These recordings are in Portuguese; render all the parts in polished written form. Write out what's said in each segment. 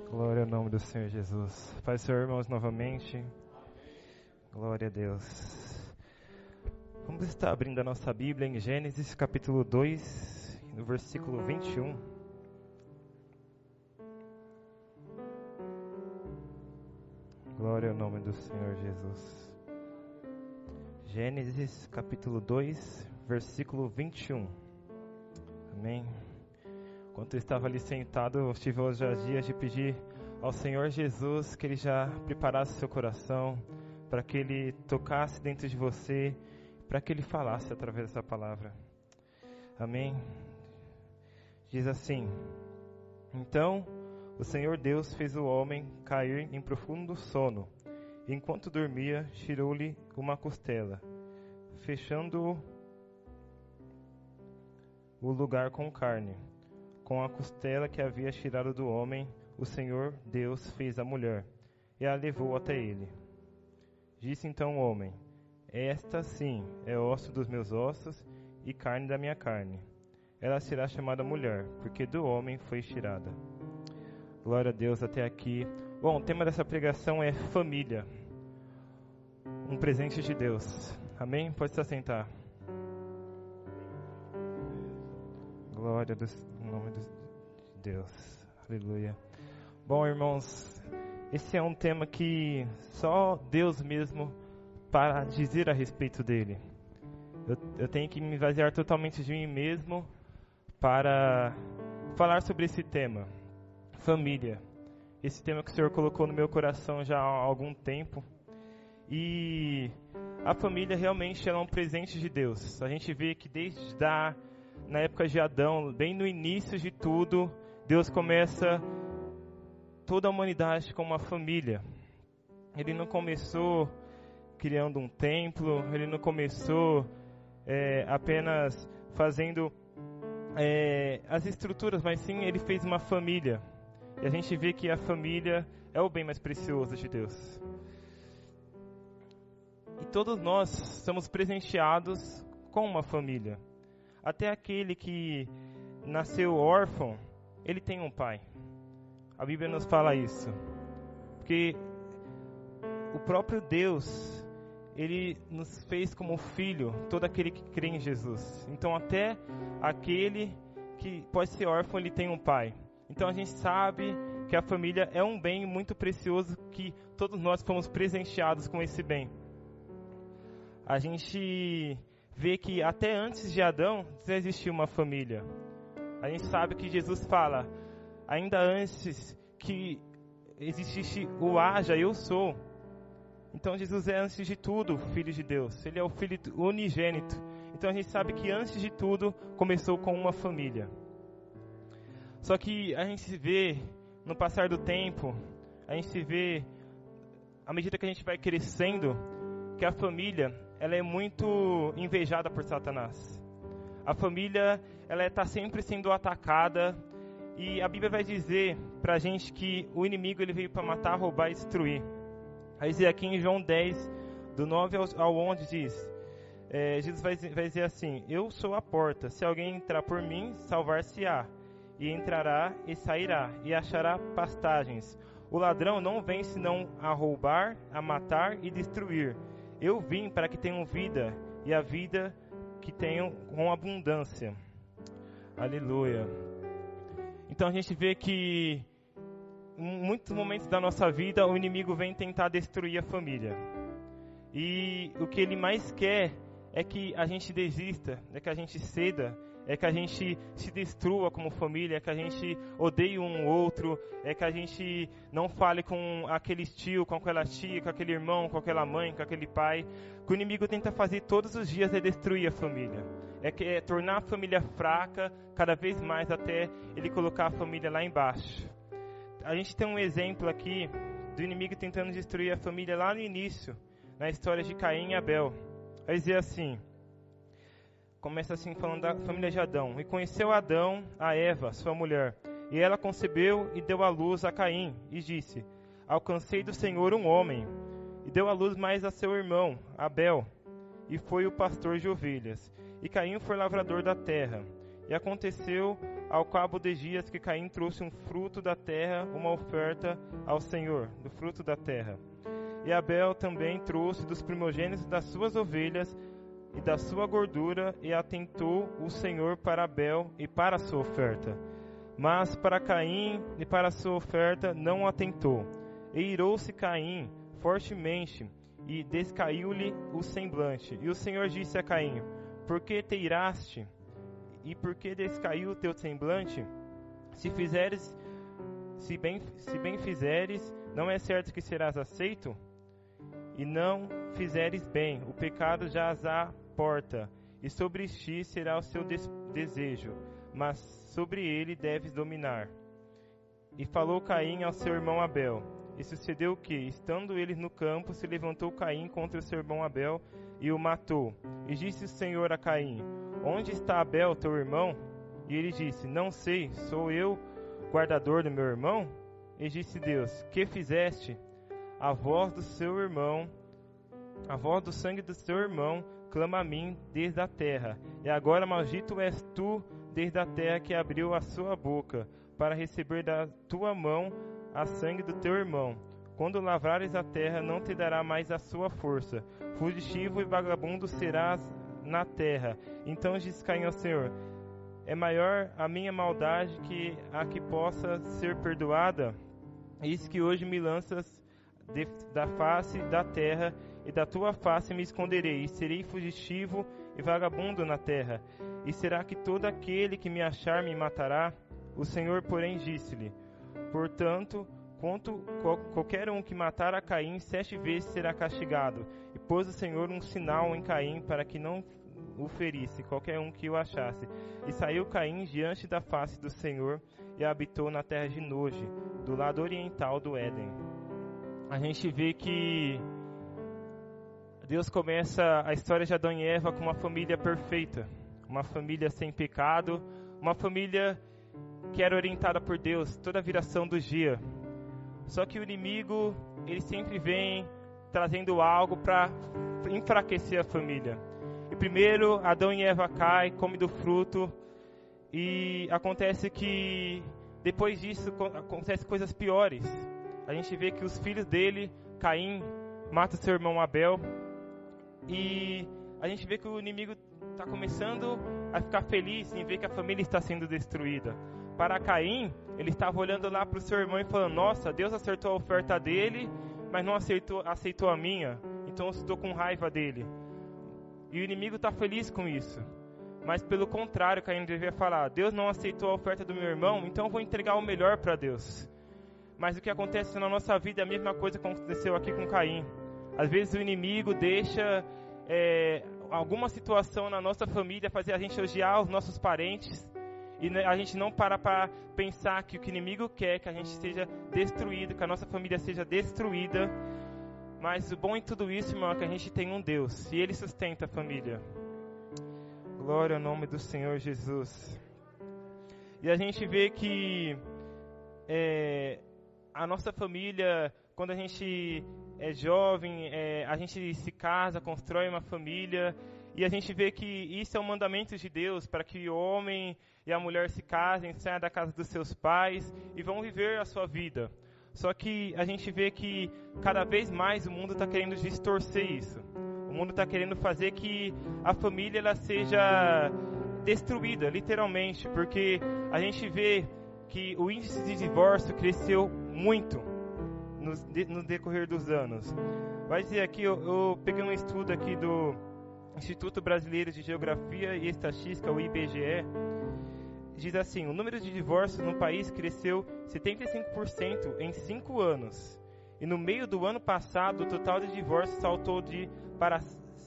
Glória ao nome do Senhor Jesus. Pai, Senhor, irmãos, novamente. Glória a Deus. Vamos estar abrindo a nossa Bíblia em Gênesis capítulo 2, no versículo 21. Glória ao nome do Senhor Jesus. Gênesis capítulo 2, versículo 21. Amém. Enquanto eu estava ali sentado, eu tive hoje os dias de pedir ao Senhor Jesus que Ele já preparasse seu coração, para que Ele tocasse dentro de você, para que Ele falasse através dessa palavra. Amém? Diz assim: Então o Senhor Deus fez o homem cair em profundo sono, e enquanto dormia, tirou-lhe uma costela, fechando o lugar com carne. Com a costela que havia tirado do homem, o Senhor Deus fez a mulher, e a levou até ele. Disse então o homem: Esta sim é osso dos meus ossos e carne da minha carne. Ela será chamada mulher, porque do homem foi tirada. Glória a Deus até aqui. Bom, o tema dessa pregação é família. Um presente de Deus. Amém? Pode se assentar. Glória ao nome de Deus. Aleluia. Bom, irmãos, esse é um tema que só Deus mesmo para dizer a respeito dele. Eu tenho que me esvaziar totalmente de mim mesmo para falar sobre esse tema. Família. Esse tema que o Senhor colocou no meu coração já há algum tempo. E a família realmente é um presente de Deus. A gente vê que desde na época de Adão, bem no início de tudo, Deus começa toda a humanidade como uma família. Ele não começou criando um templo, ele não começou apenas fazendo as estruturas, mas sim ele fez uma família. E a gente vê que a família é o bem mais precioso de Deus. E todos nós somos presenteados com uma família. Até aquele que nasceu órfão, ele tem um pai. A Bíblia nos fala isso. Porque o próprio Deus, Ele nos fez como filho, todo aquele que crê em Jesus. Então até aquele que pode ser órfão, ele tem um pai. Então a gente sabe que a família é um bem muito precioso, que todos nós fomos presenteados com esse bem. A gente vê que até antes de Adão já existia uma família. A gente sabe que Jesus fala, ainda antes que existisse o haja, eu sou. Então Jesus é antes de tudo Filho de Deus. Ele é o Filho unigênito. Então a gente sabe que antes de tudo começou com uma família. Só que a gente se vê, no passar do tempo, a gente se vê, à medida que a gente vai crescendo, que a família, ela é muito invejada por Satanás. A família, ela está sempre sendo atacada, e a Bíblia vai dizer pra gente que o inimigo ele veio para matar, roubar e destruir. Vai dizer aqui em João 10, do 9 ao 11, diz, Jesus vai dizer assim: Eu sou a porta, se alguém entrar por mim, salvar-se-á, e entrará e sairá, e achará pastagens. O ladrão não vem senão a roubar, a matar e destruir. Eu vim para que tenham vida, e a vida que tenham com abundância. Aleluia. Então a gente vê que em muitos momentos da nossa vida o inimigo vem tentar destruir a família. E o que ele mais quer é que a gente desista, é que a gente ceda, é que a gente se destrua como família, é que a gente odeie um outro, é que a gente não fale com aquele tio, com aquela tia, com aquele irmão, com aquela mãe, com aquele pai. O que o inimigo tenta fazer todos os dias é destruir a família. É tornar a família fraca cada vez mais até ele colocar a família lá embaixo. A gente tem um exemplo aqui do inimigo tentando destruir a família lá no início, na história de Caim e Abel. Vai dizer assim, começa assim falando da família de Adão. E conheceu Adão a Eva, sua mulher, e ela concebeu e deu à luz a Caim, e disse: Alcancei do Senhor um homem. E deu à luz mais a seu irmão, Abel, e foi o pastor de ovelhas. E Caim foi lavrador da terra. E aconteceu ao cabo de dias que Caim trouxe um fruto da terra, uma oferta ao Senhor, do fruto da terra. E Abel também trouxe dos primogênitos das suas ovelhas e da sua gordura, e atentou o Senhor para Abel e para a sua oferta. Mas para Caim e para a sua oferta não atentou. E irou-se Caim fortemente, e descaiu-lhe o semblante. E o Senhor disse a Caim: por que te iraste? E por que descaiu o teu semblante? Se bem fizeres, não é certo que serás aceito? E não fizeres bem, o pecado jaz à porta, e sobre ti será o seu desejo, mas sobre ele deves dominar. E falou Caim ao seu irmão Abel. E sucedeu que, estando eles no campo, se levantou Caim contra o seu irmão Abel e o matou. E disse o Senhor a Caim: onde está Abel, teu irmão? E ele disse: não sei, sou eu guardador do meu irmão? E disse Deus: que fizeste? A voz do seu irmão, a voz do sangue do seu irmão, clama a mim desde a terra. E agora maldito és tu desde a terra que abriu a sua boca, para receber da tua mão a sangue do teu irmão. Quando lavrares a terra, não te dará mais a sua força. Fugitivo e vagabundo serás na terra. Então disse Caim ao Senhor: é maior a minha maldade que a que possa ser perdoada? Eis que hoje me lanças da face da terra, e da tua face me esconderei, e serei fugitivo e vagabundo na terra. E será que todo aquele que me achar me matará? O Senhor, porém, disse-lhe: portanto, qualquer um que matar a Caim 7 vezes será castigado. E pôs o Senhor um sinal em Caim, para que não o ferisse qualquer um que o achasse. E saiu Caim diante da face do Senhor, e habitou na terra de Noje, do lado oriental do Éden. A gente vê que Deus começa a história de Adão e Eva com uma família perfeita, uma família sem pecado, uma família que era orientada por Deus toda a viração do dia. Só que o inimigo, ele sempre vem trazendo algo para enfraquecer a família. E primeiro, Adão e Eva caem, comem do fruto, e acontece que depois disso acontecem coisas piores. A gente vê que os filhos dele, Caim, mata seu irmão Abel, e a gente vê que o inimigo está começando a ficar feliz em ver que a família está sendo destruída. Para Caim, ele estava olhando lá para o seu irmão e falando: nossa, Deus acertou a oferta dele, mas não aceitou a minha, então eu estou com raiva dele. E o inimigo está feliz com isso. Mas pelo contrário, Caim devia falar: Deus não aceitou a oferta do meu irmão, então eu vou entregar o melhor para Deus. Mas o que acontece na nossa vida é a mesma coisa que aconteceu aqui com Caim. Às vezes o inimigo deixa alguma situação na nossa família fazer a gente odiar os nossos parentes, e a gente não para pensar que o que o inimigo quer é que a gente seja destruído, que a nossa família seja destruída. Mas o bom em tudo isso, irmão, é que a gente tem um Deus, e Ele sustenta a família. Glória ao nome do Senhor Jesus. E a gente vê que a nossa família, quando a gente é jovem, a gente se casa, constrói uma família, e a gente vê que isso é um mandamento de Deus, para que o homem e a mulher se casem, saiam da casa dos seus pais e vão viver a sua vida. Só que a gente vê que cada vez mais o mundo está querendo distorcer isso. O mundo está querendo fazer que a família ela seja destruída, literalmente, porque a gente vê que o índice de divórcio cresceu muito no decorrer dos anos. Vai dizer aqui, eu peguei um estudo aqui do Instituto Brasileiro de Geografia e Estatística, o IBGE, diz assim: o número de divórcios no país cresceu 75% em 5 anos. E no meio do ano passado, o total de divórcios saltou para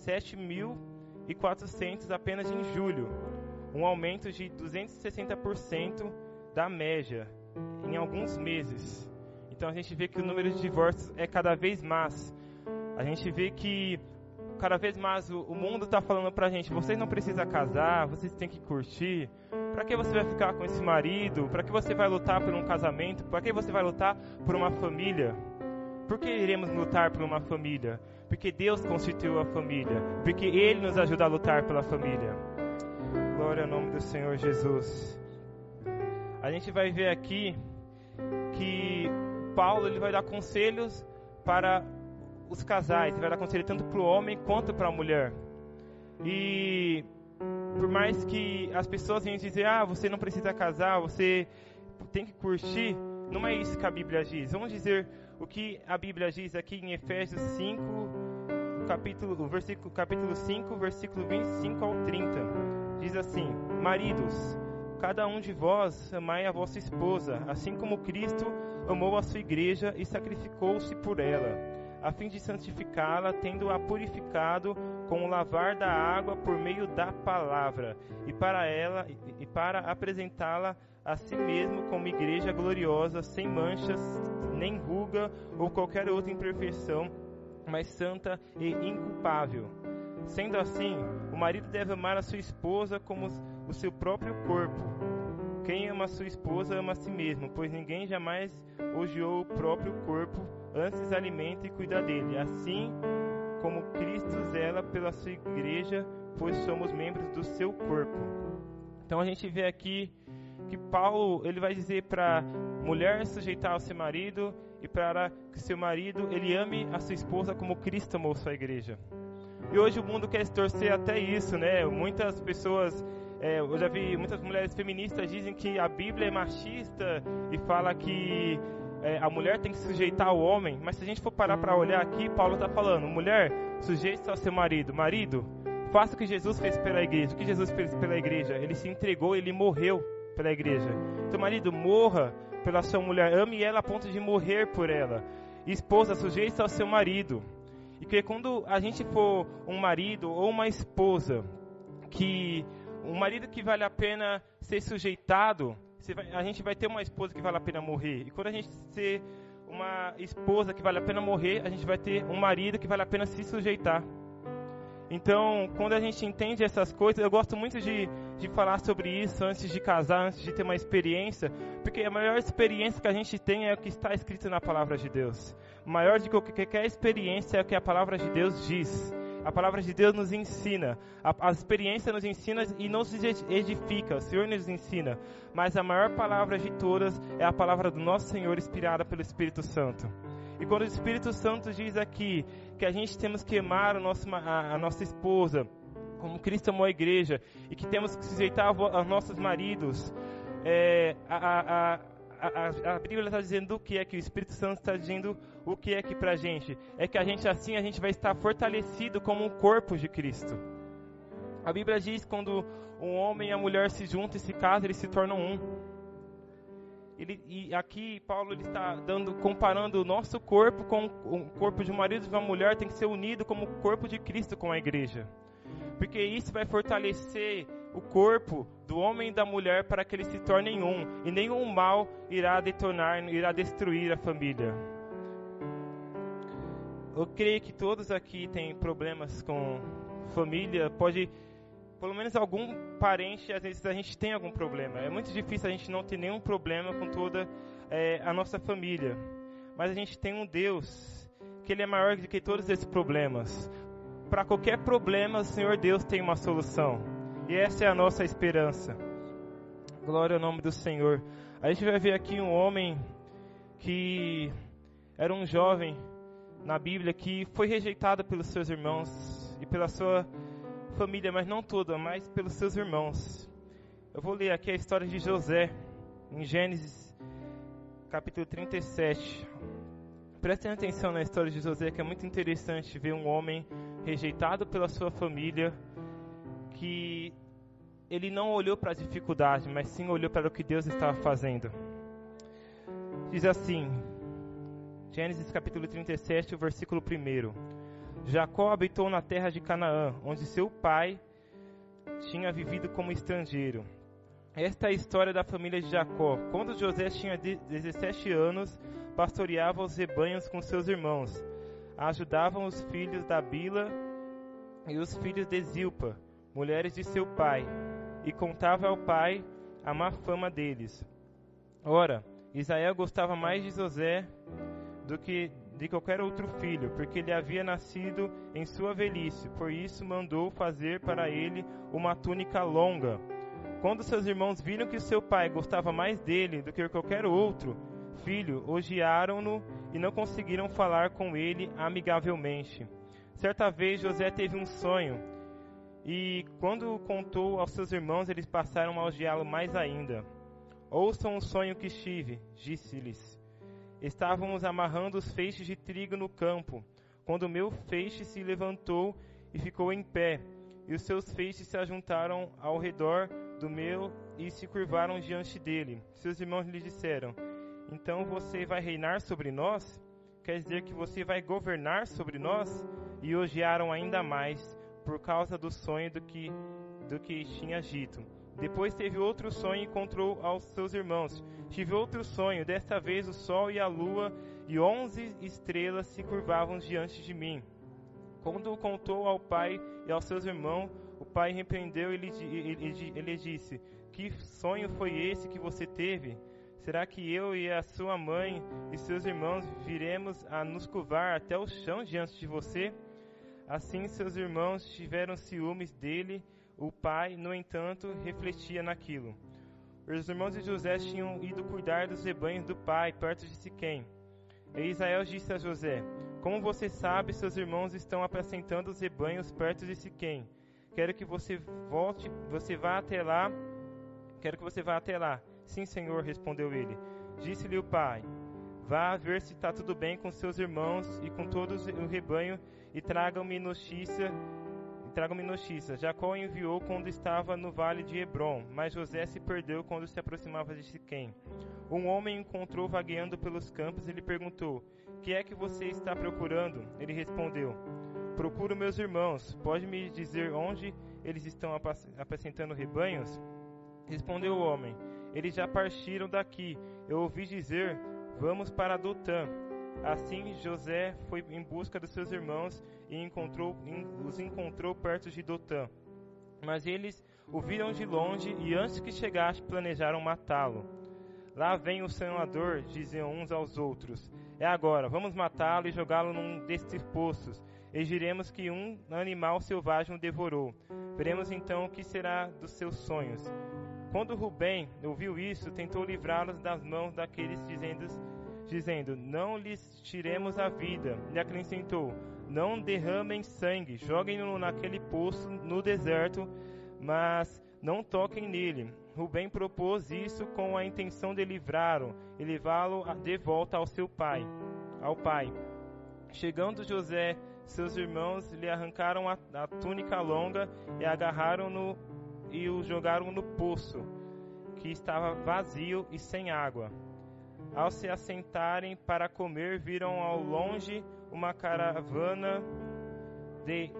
7.400 apenas em julho, um aumento de 260% da média em alguns meses. Então a gente vê que o número de divórcios é cada vez mais. A gente vê que cada vez mais o mundo está falando pra gente: vocês não precisam casar, vocês têm que curtir. Pra que você vai ficar com esse marido? Pra que você vai lutar por um casamento? Pra que você vai lutar por uma família? Por que iremos lutar por uma família? Porque Deus constituiu a família. Porque Ele nos ajuda a lutar pela família. Glória ao nome do Senhor Jesus. a gente vai ver aqui que Paulo ele vai dar conselhos para os casais, ele vai dar conselho tanto para o homem quanto para a mulher. E por mais que as pessoas venham dizer, você não precisa casar, você tem que curtir, não é isso que a Bíblia diz. Vamos dizer o que a Bíblia diz aqui em Efésios 5, capítulo 5, versículo 25 ao 30. Diz assim: Maridos, cada um de vós amai a vossa esposa, assim como Cristo amou a sua igreja e sacrificou-se por ela, a fim de santificá-la, tendo-a purificado com o lavar da água por meio da palavra, e para apresentá-la a si mesmo como igreja gloriosa, sem manchas, nem ruga ou qualquer outra imperfeição, mas santa e inculpável. Sendo assim, o marido deve amar a sua esposa como o seu próprio corpo. Quem ama a sua esposa ama a si mesmo, pois ninguém jamais odiou o próprio corpo, antes alimenta e cuida dele, assim como Cristo zela pela sua igreja, pois somos membros do seu corpo. Então a gente vê aqui que Paulo ele vai dizer para mulher sujeitar ao seu marido e para que seu marido ele ame a sua esposa como Cristo amou sua igreja. E hoje o mundo quer se torcer até isso, né? Muitas pessoas, eu já vi muitas mulheres feministas dizem que a Bíblia é machista e fala que a mulher tem que sujeitar ao homem. Mas se a gente for parar para olhar aqui, Paulo está falando: mulher, sujeite-se ao seu marido. Marido, faça o que Jesus fez pela igreja. O que Jesus fez pela igreja? Ele se entregou, ele morreu pela igreja. Então, marido, morra pela sua mulher, ame ela a ponto de morrer por ela. E, esposa, sujeite-se ao seu marido. E que quando a gente for um marido ou uma esposa, que um marido que vale a pena ser sujeitado, a gente vai ter uma esposa que vale a pena morrer. E quando a gente ser uma esposa que vale a pena morrer, a gente vai ter um marido que vale a pena se sujeitar. Então, quando a gente entende essas coisas, eu gosto muito de falar sobre isso antes de casar, antes de ter uma experiência, porque a maior experiência que a gente tem é o que está escrito na Palavra de Deus. Maior de qualquer experiência é o que a Palavra de Deus diz. A Palavra de Deus nos ensina, a experiência nos ensina e nos edifica, o Senhor nos ensina. Mas a maior palavra de todas é a palavra do nosso Senhor, inspirada pelo Espírito Santo. E quando o Espírito Santo diz aqui que a gente temos que amar a nossa esposa, como Cristo amou a igreja, e que temos que sujeitar aos nossos maridos, a Bíblia está dizendo o que é que o Espírito Santo está dizendo, o que é que pra gente? É que a gente vai estar fortalecido como um corpo de Cristo. A Bíblia diz que quando um homem e a mulher se juntam e se casam, eles se tornam um. E aqui Paulo ele está comparando o nosso corpo com o corpo de um marido e de uma mulher, tem que ser unido como o corpo de Cristo com a igreja. Porque isso vai fortalecer o corpo do homem e da mulher para que eles se tornem um. E nenhum mal irá destruir a família. Eu creio que todos aqui têm problemas com família. Pelo menos algum parente, às vezes a gente tem algum problema. É muito difícil a gente não ter nenhum problema com toda a nossa família. Mas a gente tem um Deus que Ele é maior do que todos esses problemas. Para qualquer problema, o Senhor Deus tem uma solução. E essa é a nossa esperança. Glória ao nome do Senhor. A gente vai ver aqui um homem que era um jovem na Bíblia que foi rejeitado pelos seus irmãos e pela sua família, mas não toda, mas pelos seus irmãos. Eu vou ler aqui a história de José, em Gênesis, capítulo 37. Prestem atenção na história de José, que é muito interessante ver um homem rejeitado pela sua família, que ele não olhou para as dificuldades, mas sim olhou para o que Deus estava fazendo. Diz assim, Gênesis capítulo 37, o versículo 1. Jacó habitou na terra de Canaã, onde seu pai tinha vivido como estrangeiro. Esta é a história da família de Jacó. Quando José tinha 17 anos, pastoreava os rebanhos com seus irmãos. Ajudavam os filhos da Bila e os filhos de Zilpa, mulheres de seu pai, e contava ao pai a má fama deles. Ora, Israel gostava mais de José do que de qualquer outro filho, porque ele havia nascido em sua velhice. Por isso mandou fazer para ele uma túnica longa. Quando seus irmãos viram que seu pai gostava mais dele do que qualquer outro filho, odiaram-no e não conseguiram falar com ele amigavelmente. Certa vez José teve um sonho, e quando o contou aos seus irmãos, eles passaram a odiá-lo mais ainda. Ouçam o sonho que tive, disse-lhes. Estávamos amarrando os feixes de trigo no campo, quando o meu feixe se levantou e ficou em pé, e os seus feixes se ajuntaram ao redor do meu e se curvaram diante dele. Seus irmãos lhe disseram: então você vai reinar sobre nós? Quer dizer que você vai governar sobre nós? E odiaram ainda mais por causa do sonho do que tinha dito. Depois teve outro sonho e contou aos seus irmãos: tive outro sonho, desta vez o sol e a lua e 11 estrelas se curvavam diante de mim. Quando o contou ao pai e aos seus irmãos, o pai repreendeu e ele disse: que sonho foi esse que você teve? Será que eu e a sua mãe e seus irmãos viremos a nos curvar até o chão diante de você? Assim seus irmãos tiveram ciúmes dele. O pai, no entanto, refletia naquilo. Os irmãos de José tinham ido cuidar dos rebanhos do pai, perto de Siquém. E Israel disse a José: como você sabe, seus irmãos estão apacentando os rebanhos perto de Siquém. Quero que você vá até lá. Sim, senhor, respondeu ele. Disse-lhe o pai: vá ver se está tudo bem com seus irmãos e com todo o rebanho e tragam-me notícia. Jacó enviou quando estava no vale de Hebrom, mas José se perdeu quando se aproximava de Siquém. Um homem o encontrou vagueando pelos campos e lhe perguntou: que é que você está procurando? Ele respondeu: procuro meus irmãos. Pode me dizer onde eles estão apacentando rebanhos? Respondeu o homem: eles já partiram daqui. Eu ouvi dizer: vamos para Dotã. Assim José foi em busca dos seus irmãos e os encontrou perto de Dotã. Mas eles o viram de longe e antes que chegasse planejaram matá-lo. Lá vem o sonhador, diziam uns aos outros. É agora, vamos matá-lo e jogá-lo num destes poços. E diremos que um animal selvagem o devorou. Veremos então o que será dos seus sonhos. Quando Rubem ouviu isso, tentou livrá-los das mãos daqueles, dizendo: não lhes tiremos a vida. E acrescentou: não derramem sangue, joguem-no naquele poço no deserto, mas não toquem nele. Rubem propôs isso com a intenção de livrá-lo e levá-lo de volta ao pai. Chegando José, seus irmãos lhe arrancaram a túnica longa e agarraram-no e o jogaram no poço, que estava vazio e sem água. Ao se assentarem para comer, viram ao longe uma caravana de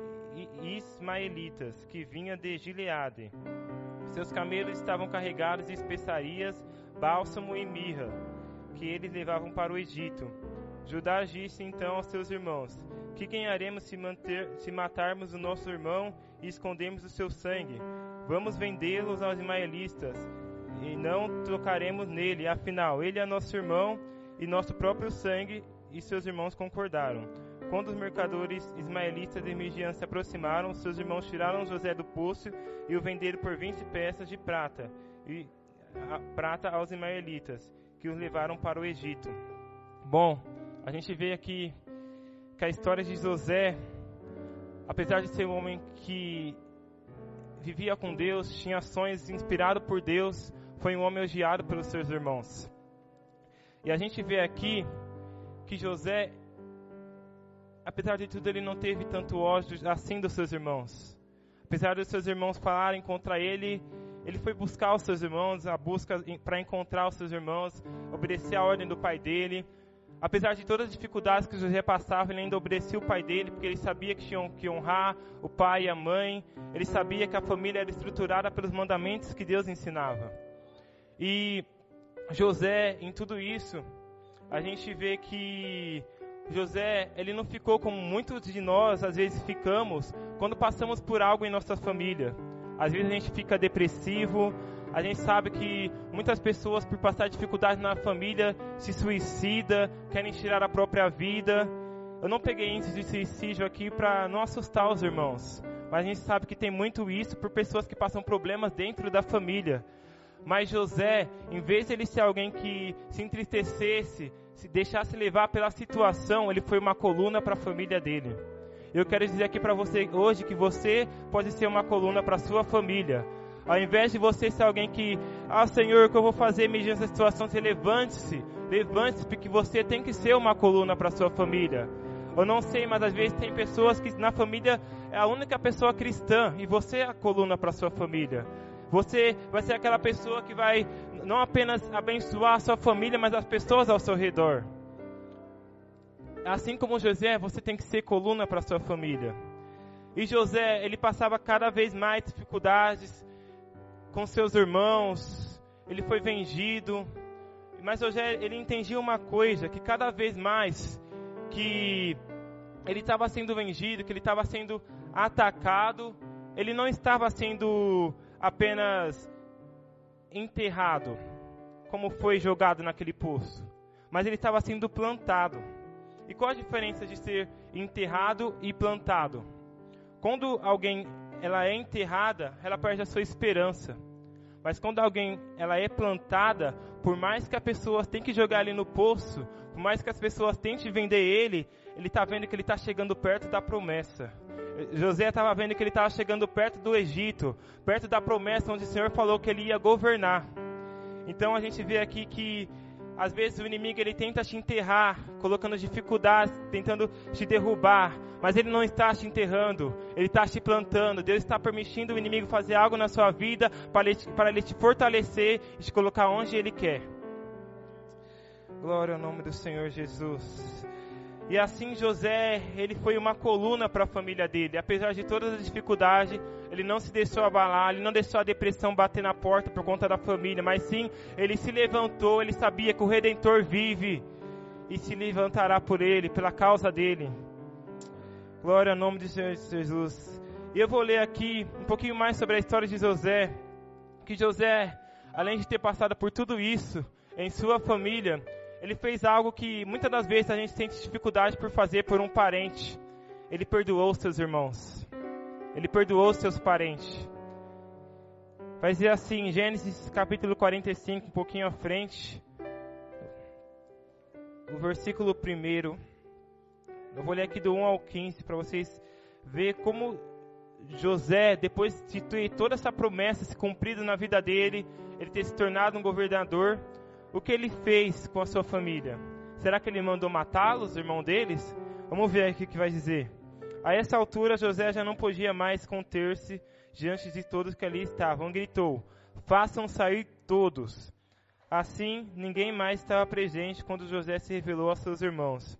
ismaelitas que vinha de Gileade. Seus camelos estavam carregados de especiarias, bálsamo e mirra, que eles levavam para o Egito. Judá disse então aos seus irmãos: que ganharemos se matarmos o nosso irmão e escondermos o seu sangue? Vamos vendê-los aos ismaelitas e não tocaremos nele, afinal, ele é nosso irmão e nosso próprio sangue. E seus irmãos concordaram. Quando os mercadores ismaelitas de Midian se aproximaram, seus irmãos tiraram José do poço e o venderam por 20 peças de prata aos ismaelitas, que os levaram para o Egito. Bom, a gente vê aqui que a história de José, apesar de ser um homem que vivia com Deus, tinha sonhos inspirado por Deus, foi um homem odiado pelos seus irmãos. E a gente vê aqui que José, apesar de tudo, ele não teve tanto ódio assim dos seus irmãos. Apesar dos seus irmãos falarem contra ele, ele foi buscar os seus irmãos, a busca para encontrar os seus irmãos, obedecer a ordem do pai dele. Apesar de todas as dificuldades que José passava, ele ainda obedecia o pai dele, porque ele sabia que tinha que honrar o pai e a mãe. Ele sabia que a família era estruturada pelos mandamentos que Deus ensinava. E José, em tudo isso, a gente vê que José, ele não ficou como muitos de nós às vezes ficamos quando passamos por algo em nossa família. Às vezes a gente fica depressivo, a gente sabe que muitas pessoas, por passar dificuldades na família, se suicidam, querem tirar a própria vida. Eu não peguei índice de suicídio aqui para não assustar os irmãos, Mas a gente sabe que tem muito isso por pessoas que passam problemas dentro da família. Mas José, em vez de ele ser alguém que se entristecesse, se deixasse levar pela situação, ele foi uma coluna para a família dele. Eu quero dizer aqui para você hoje que você pode ser uma coluna para a sua família. Ao invés de você ser alguém que, Senhor, o que eu vou fazer mediante essa situação? Você levante-se, porque você tem que ser uma coluna para a sua família. Eu não sei, mas às vezes tem pessoas que na família é a única pessoa cristã e você é a coluna para a sua família. Você vai ser aquela pessoa que vai não apenas abençoar a sua família, mas as pessoas ao seu redor. Assim como José, você tem que ser coluna para a sua família. E José, ele passava cada vez mais dificuldades com seus irmãos, ele foi vendido. Mas José, ele entendia uma coisa, que cada vez mais que ele estava sendo vendido, que ele estava sendo atacado, ele não estava sendo apenas enterrado, como foi jogado naquele poço, mas ele estava sendo plantado. E qual a diferença de ser enterrado e plantado? Quando alguém ela é enterrada, ela perde a sua esperança. Mas quando alguém ela é plantada, por mais que a pessoa tenha que jogar ele no poço, por mais que as pessoas tentem vender ele está vendo que ele está chegando perto da promessa. José estava vendo que ele estava chegando perto do Egito, perto da promessa onde o Senhor falou que ele ia governar. Então a gente vê aqui que às vezes o inimigo ele tenta te enterrar, colocando dificuldades, tentando te derrubar, mas ele não está te enterrando, ele está te plantando. Deus está permitindo o inimigo fazer algo na sua vida para ele te fortalecer e te colocar onde ele quer. Glória ao nome do Senhor Jesus. E assim José, ele foi uma coluna para a família dele. Apesar de todas as dificuldades, ele não se deixou abalar, ele não deixou a depressão bater na porta por conta da família, mas sim, ele se levantou, ele sabia que o Redentor vive e se levantará por ele, pela causa dele. Glória ao nome do Senhor Jesus. E eu vou ler aqui um pouquinho mais sobre a história de José. Que José, além de ter passado por tudo isso em sua família, ele fez algo que muitas das vezes a gente sente dificuldade por fazer por um parente. Ele perdoou seus irmãos. Ele perdoou seus parentes. Vai dizer assim, em Gênesis capítulo 45, um pouquinho à frente, o versículo 1. Eu vou ler aqui do 1 ao 15 para vocês verem como José, depois de ter toda essa promessa se cumprida na vida dele, ele ter se tornado um governador, o que ele fez com a sua família? Será que ele mandou matá-los, irmão deles? Vamos ver aqui o que vai dizer. A essa altura, José já não podia mais conter-se diante de todos que ali estavam. Gritou, façam sair todos. Assim, ninguém mais estava presente quando José se revelou a seus irmãos.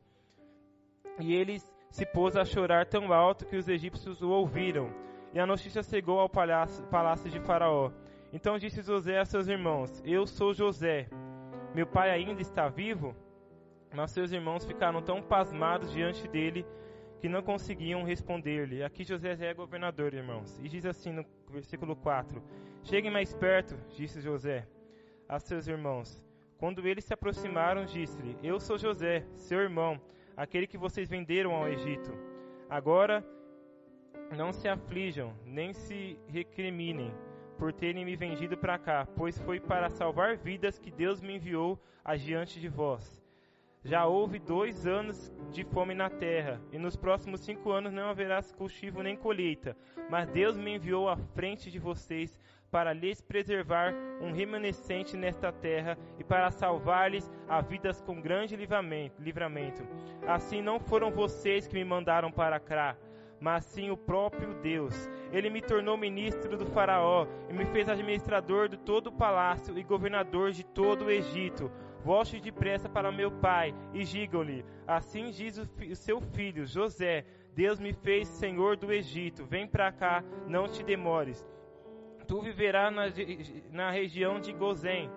E ele se pôs a chorar tão alto que os egípcios o ouviram. E a notícia chegou ao palácio de Faraó. Então disse José a seus irmãos, eu sou José. Meu pai ainda está vivo? Mas seus irmãos ficaram tão pasmados diante dele que não conseguiam responder-lhe. Aqui José é governador, irmãos. E diz assim no versículo 4. Cheguem mais perto, disse José a seus irmãos. Quando eles se aproximaram, disse-lhe, eu sou José, seu irmão, aquele que vocês venderam ao Egito. Agora não se aflijam, nem se recriminem por terem me vendido para cá, pois foi para salvar vidas que Deus me enviou adiante de vós. Já houve 2 anos de fome na terra, e nos próximos 5 anos não haverá cultivo nem colheita, mas Deus me enviou à frente de vocês para lhes preservar um remanescente nesta terra e para salvar-lhes a vidas com grande livramento. Assim não foram vocês que me mandaram para cá, mas sim o próprio Deus. Ele me tornou ministro do Faraó e me fez administrador de todo o palácio e governador de todo o Egito. Volte depressa para meu pai e digam-lhe, assim diz o seu filho, José, Deus me fez senhor do Egito, vem para cá, não te demores. Tu viverás na região de Gozém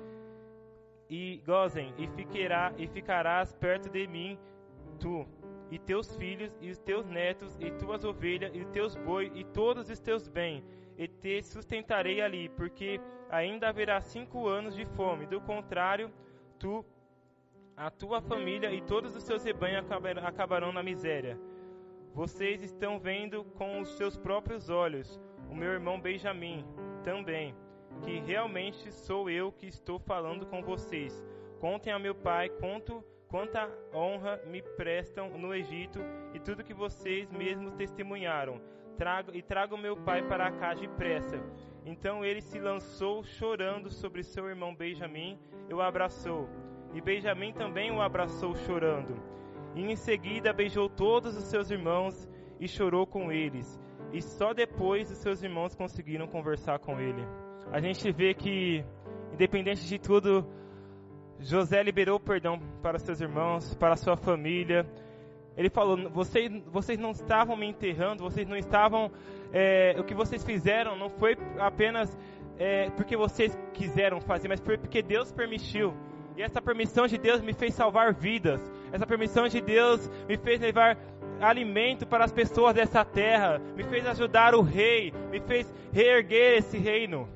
e ficarás perto de mim, tu e teus filhos, e os teus netos, e tuas ovelhas, e os teus boi, e todos os teus bens, e te sustentarei ali, porque ainda haverá 5 anos de fome. Do contrário, a tua família e todos os teus rebanhos acabarão na miséria. Vocês estão vendo com os seus próprios olhos o meu irmão Benjamim também, que realmente sou eu que estou falando com vocês. Contem a meu pai quanta honra me prestam no Egito e tudo que vocês mesmos testemunharam. Trago meu pai para cá depressa. Então ele se lançou chorando sobre seu irmão Benjamim e o abraçou. E Benjamim também o abraçou chorando. E em seguida beijou todos os seus irmãos e chorou com eles. E só depois os seus irmãos conseguiram conversar com ele. A gente vê que, independente de tudo, José liberou perdão para seus irmãos, para sua família. Ele falou, vocês não estavam me enterrando, vocês não estavam... o que vocês fizeram não foi apenas porque vocês quiseram fazer, mas foi porque Deus permitiu. E essa permissão de Deus me fez salvar vidas. Essa permissão de Deus me fez levar alimento para as pessoas dessa terra. Me fez ajudar o rei. Me fez reerguer esse reino.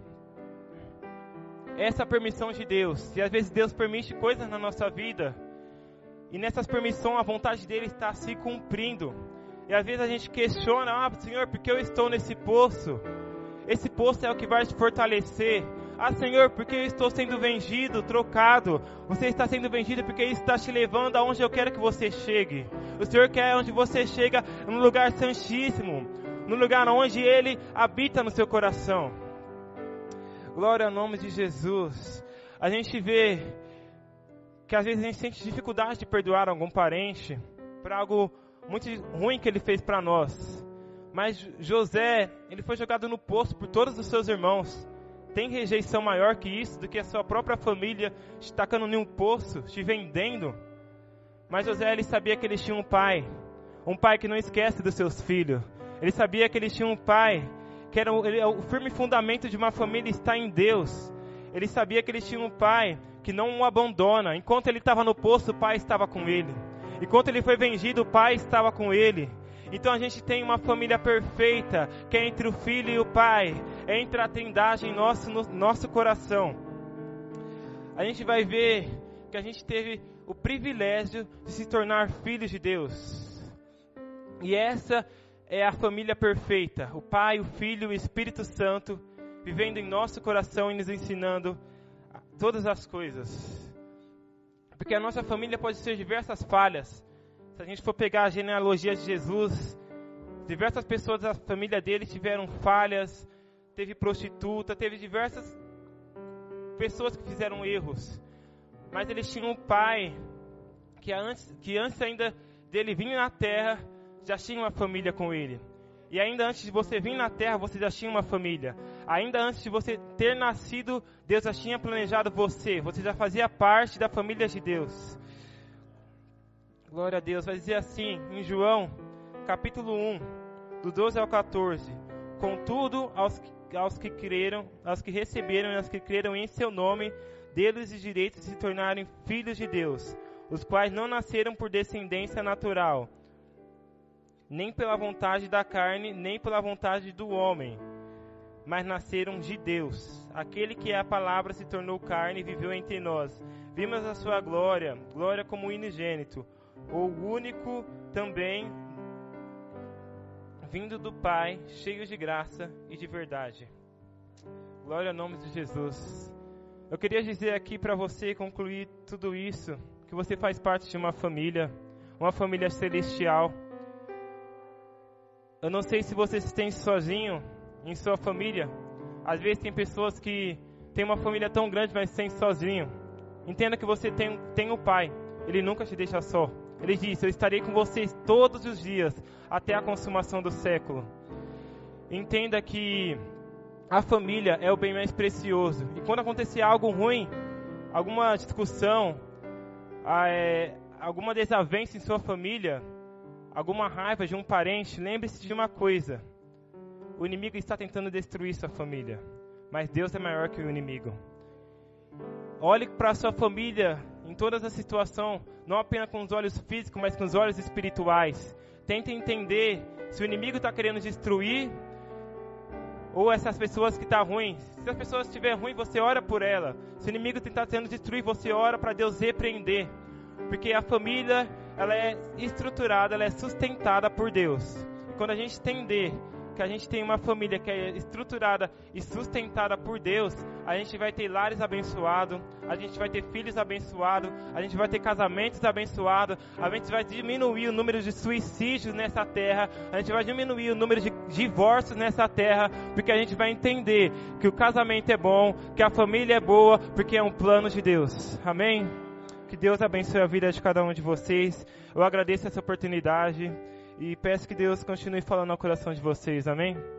Essa permissão de Deus. E às vezes Deus permite coisas na nossa vida. E nessas permissões a vontade dele está se cumprindo. E às vezes a gente questiona, Senhor, por que eu estou nesse poço? Esse poço é o que vai te fortalecer. Senhor, porque eu estou sendo vendido, trocado. Você está sendo vendido porque Ele está te levando aonde eu quero que você chegue. O Senhor quer onde você chega, num lugar santíssimo, no lugar onde Ele habita no seu coração. Glória ao nome de Jesus. A gente vê que às vezes a gente sente dificuldade de perdoar algum parente por algo muito ruim que ele fez para nós. Mas José, ele foi jogado no poço por todos os seus irmãos. Tem rejeição maior que isso, do que a sua própria família te tacando em um poço, te vendendo? Mas José, ele sabia que ele tinha um pai que não esquece dos seus filhos. Ele sabia que ele tinha um pai, que era o firme fundamento de uma família está em Deus. Ele sabia que ele tinha um pai que não o abandona. Enquanto ele estava no poço, o pai estava com ele. Enquanto ele foi vendido, o pai estava com ele. Então a gente tem uma família perfeita, que é entre o Filho e o Pai, é entre a Trindade em nosso coração. A gente vai ver que a gente teve o privilégio de se tornar filhos de Deus. E essa é a família perfeita, o Pai, o Filho e o Espírito Santo, vivendo em nosso coração e nos ensinando todas as coisas. Porque a nossa família pode ter diversas falhas. Se a gente for pegar a genealogia de Jesus, diversas pessoas da família dele tiveram falhas, teve prostituta, teve diversas pessoas que fizeram erros. Mas eles tinham um pai que antes ainda dele vir na terra, já tinha uma família com ele. E ainda antes de você vir na terra, você já tinha uma família. Ainda antes de você ter nascido, Deus já tinha planejado você. Você já fazia parte da família de Deus. Glória a Deus. Vai dizer assim, em João, capítulo 1, do 12 ao 14. Contudo, aos que receberam e aos que creram em seu nome, deles o direito de se tornarem filhos de Deus, os quais não nasceram por descendência natural, nem pela vontade da carne, nem pela vontade do homem, mas nasceram de Deus. Aquele que é a palavra se tornou carne e viveu entre nós. Vimos a sua glória, glória como unigênito, o único também vindo do Pai, cheio de graça e de verdade. Glória ao nome de Jesus. Eu queria dizer aqui para você, concluir tudo isso, que você faz parte de uma família celestial. Eu não sei se você se sente sozinho em sua família. Às vezes tem pessoas que têm uma família tão grande, mas se sentem sozinho. Entenda que você tem o Pai. Ele nunca te deixa só. Ele disse, eu estarei com vocês todos os dias, até a consumação do século. Entenda que a família é o bem mais precioso. E quando acontecer algo ruim, alguma discussão, alguma desavença em sua família, alguma raiva de um parente, lembre-se de uma coisa. O inimigo está tentando destruir sua família, mas Deus é maior que o inimigo. Olhe para a sua família em todas as situações, não apenas com os olhos físicos, mas com os olhos espirituais. Tente entender se o inimigo está querendo destruir ou essas pessoas que estão ruins. Se as pessoas estiverem ruins, você ora por ela. Se o inimigo tentar tentando destruir, você ora para Deus repreender. Porque a família ela é estruturada, ela é sustentada por Deus. E quando a gente entender que a gente tem uma família que é estruturada e sustentada por Deus, a gente vai ter lares abençoados, a gente vai ter filhos abençoados, a gente vai ter casamentos abençoados, a gente vai diminuir o número de suicídios nessa terra, a gente vai diminuir o número de divórcios nessa terra, porque a gente vai entender que o casamento é bom, que a família é boa, porque é um plano de Deus. Amém? Que Deus abençoe a vida de cada um de vocês. Eu agradeço essa oportunidade. E peço que Deus continue falando ao coração de vocês, amém?